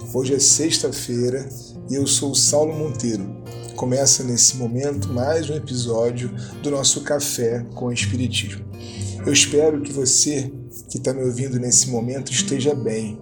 Hoje é sexta-feira e eu sou o Saulo Monteiro. Começa nesse momento mais um episódio do nosso Café com o Espiritismo. Eu espero que você que está me ouvindo nesse momento esteja bem,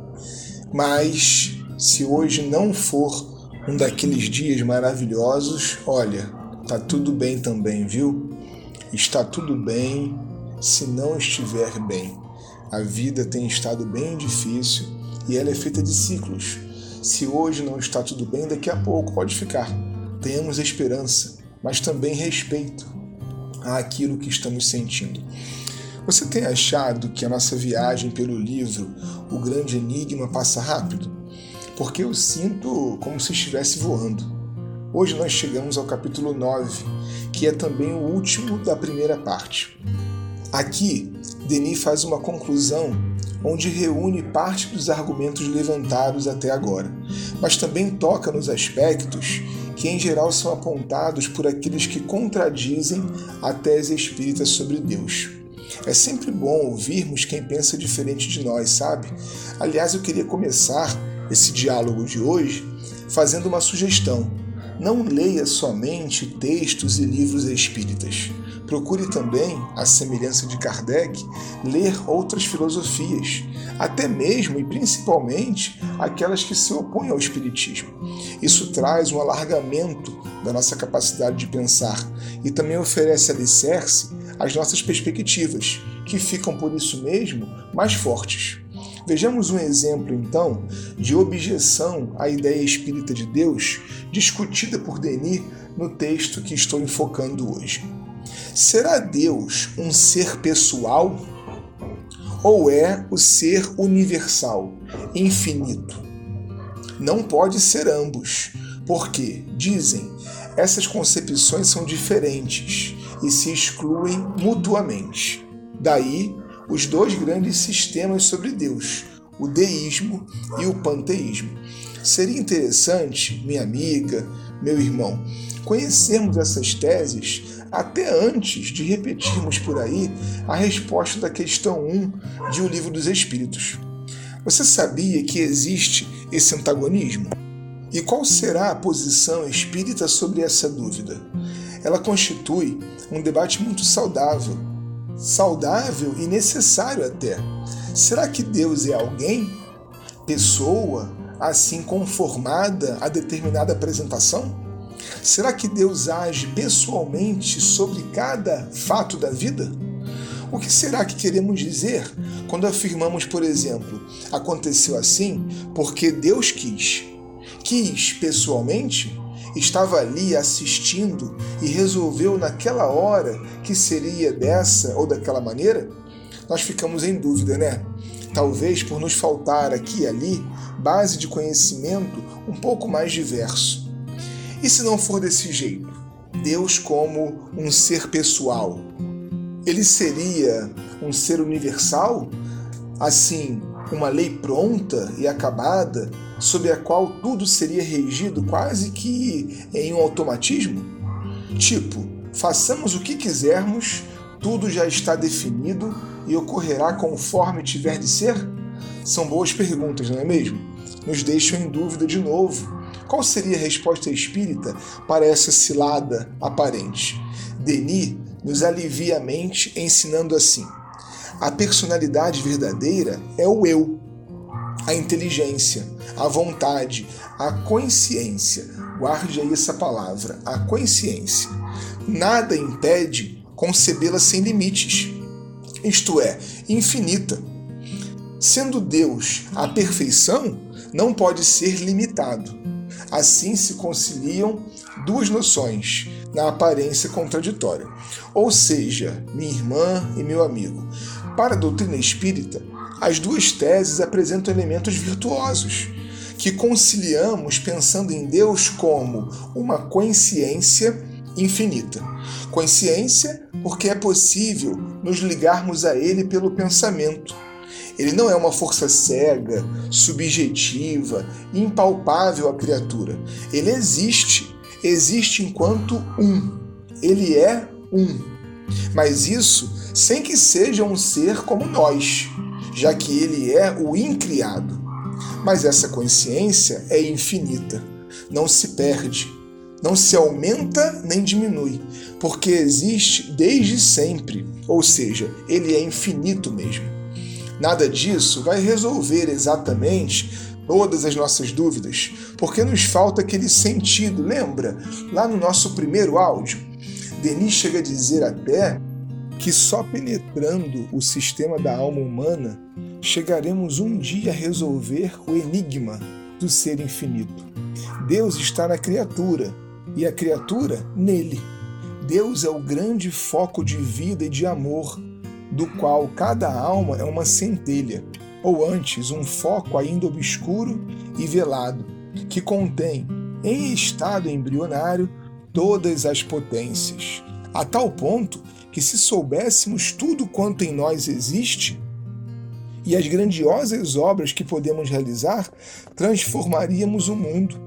mas se hoje não for um daqueles dias maravilhosos, olha, tá tudo bem também, viu? Está tudo bem se não estiver bem. A vida tem estado bem difícil e ela é feita de ciclos. Se hoje não está tudo bem, daqui a pouco pode ficar. Tenhamos esperança, mas também respeito àquilo que estamos sentindo. Você tem achado que a nossa viagem pelo livro O Grande Enigma passa rápido? Porque eu sinto como se estivesse voando. Hoje nós chegamos ao capítulo 9, que é também o último da primeira parte. Aqui, Denis faz uma conclusão onde reúne parte dos argumentos levantados até agora, mas também toca nos aspectos que em geral são apontados por aqueles que contradizem a tese espírita sobre Deus. É sempre bom ouvirmos quem pensa diferente de nós, sabe? Aliás, eu queria começar esse diálogo de hoje fazendo uma sugestão. Não leia somente textos e livros espíritas. Procure também, à semelhança de Kardec, ler outras filosofias, até mesmo e principalmente aquelas que se opõem ao espiritismo. Isso traz um alargamento da nossa capacidade de pensar e também oferece alicerce às nossas perspectivas, que ficam por isso mesmo mais fortes. Vejamos um exemplo, então, de objeção à ideia espírita de Deus discutida por Denis no texto que estou enfocando hoje. Será Deus um ser pessoal ou é o ser universal, infinito? Não pode ser ambos, porque, dizem, essas concepções são diferentes e se excluem mutuamente. Daí, os dois grandes sistemas sobre Deus, o deísmo e o panteísmo. Seria interessante, minha amiga, meu irmão, conhecermos essas teses até antes de repetirmos por aí a resposta da questão 1 de O Livro dos Espíritos. Você sabia que existe esse antagonismo? E qual será a posição espírita sobre essa dúvida? Ela constitui um debate muito saudável e necessário até. Será que Deus é alguém? Pessoa, assim conformada a determinada apresentação? Será que Deus age pessoalmente sobre cada fato da vida? O que será que queremos dizer quando afirmamos, por exemplo, aconteceu assim porque Deus quis? Quis pessoalmente? Estava ali assistindo e resolveu naquela hora que seria dessa ou daquela maneira? Nós ficamos em dúvida, né? Talvez por nos faltar aqui e ali base de conhecimento um pouco mais diverso. E se não for desse jeito? Deus como um ser pessoal? Ele seria um ser universal? Assim, uma lei pronta e acabada, sob a qual tudo seria regido quase que em um automatismo? Tipo, façamos o que quisermos, tudo já está definido e ocorrerá conforme tiver de ser? São boas perguntas, não é mesmo? Nos deixam em dúvida de novo. Qual seria a resposta espírita para essa cilada aparente? Denis nos alivia a mente ensinando assim: a personalidade verdadeira é o eu, a inteligência, a vontade, a consciência. Guarde aí essa palavra, a consciência. Nada impede concebê-la sem limites, isto é, infinita. Sendo Deus a perfeição, não pode ser limitado. Assim se conciliam duas noções, na aparência contraditória. Ou seja, minha irmã e meu amigo, para a doutrina espírita, as duas teses apresentam elementos virtuosos, que conciliamos pensando em Deus como uma consciência infinita. Consciência porque é possível nos ligarmos a Ele pelo pensamento. Ele não é uma força cega, subjetiva, impalpável à criatura. Ele existe enquanto um. Ele é um. Mas isso sem que seja um ser como nós, já que ele é o incriado. Mas essa consciência é infinita, não se perde, não se aumenta nem diminui, porque existe desde sempre, ou seja, ele é infinito mesmo. Nada disso vai resolver exatamente todas as nossas dúvidas, porque nos falta aquele sentido. Lembra? Lá no nosso primeiro áudio, Denis chega a dizer até que só penetrando o sistema da alma humana chegaremos um dia a resolver o enigma do ser infinito. Deus está na criatura e a criatura nele. Deus é o grande foco de vida e de amor, do qual cada alma é uma centelha, ou antes, um foco ainda obscuro e velado, que contém, em estado embrionário, todas as potências, a tal ponto que, se soubéssemos tudo quanto em nós existe e as grandiosas obras que podemos realizar, transformaríamos o mundo,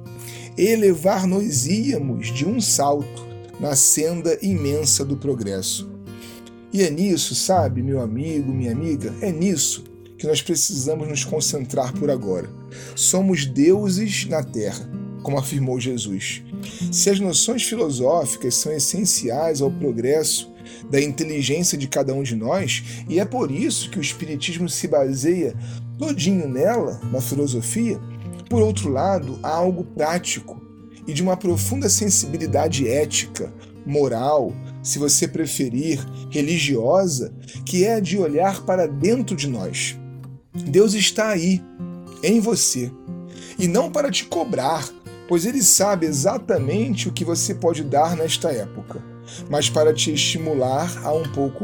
elevar-nos-íamos de um salto na senda imensa do progresso. E é nisso, sabe, meu amigo, minha amiga, é nisso que nós precisamos nos concentrar por agora. Somos deuses na Terra, como afirmou Jesus. Se as noções filosóficas são essenciais ao progresso da inteligência de cada um de nós, e é por isso que o Espiritismo se baseia todinho nela, na filosofia, por outro lado, há algo prático e de uma profunda sensibilidade ética, moral, se você preferir, religiosa, que é a de olhar para dentro de nós. Deus está aí, em você, e não para te cobrar, pois Ele sabe exatamente o que você pode dar nesta época, mas para te estimular a um pouco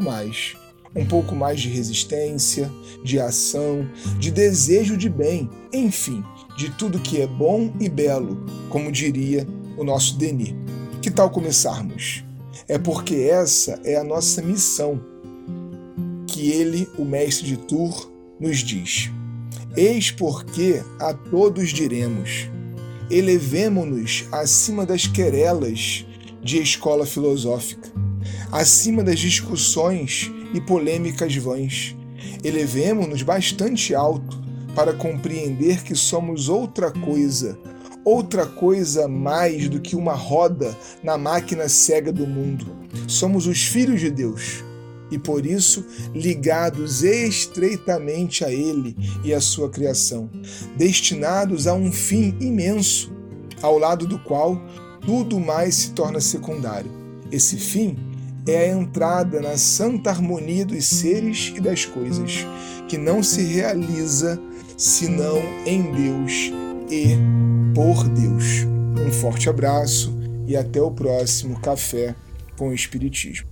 mais de resistência, de ação, de desejo de bem, enfim, de tudo que é bom e belo, como diria o nosso Denis. Que tal começarmos? É porque essa é a nossa missão, que ele, o mestre de Tours, nos diz. Eis porque a todos diremos, elevemo-nos acima das querelas de escola filosófica, acima das discussões e polêmicas vãs. Elevemo-nos bastante alto para compreender que somos outra coisa mais do que uma roda na máquina cega do mundo. Somos os filhos de Deus e, por isso, ligados estreitamente a Ele e à sua criação, destinados a um fim imenso, ao lado do qual tudo mais se torna secundário. Esse fim é a entrada na santa harmonia dos seres e das coisas, que não se realiza senão em Deus e por Deus. Um forte abraço e até o próximo Café com o Espiritismo.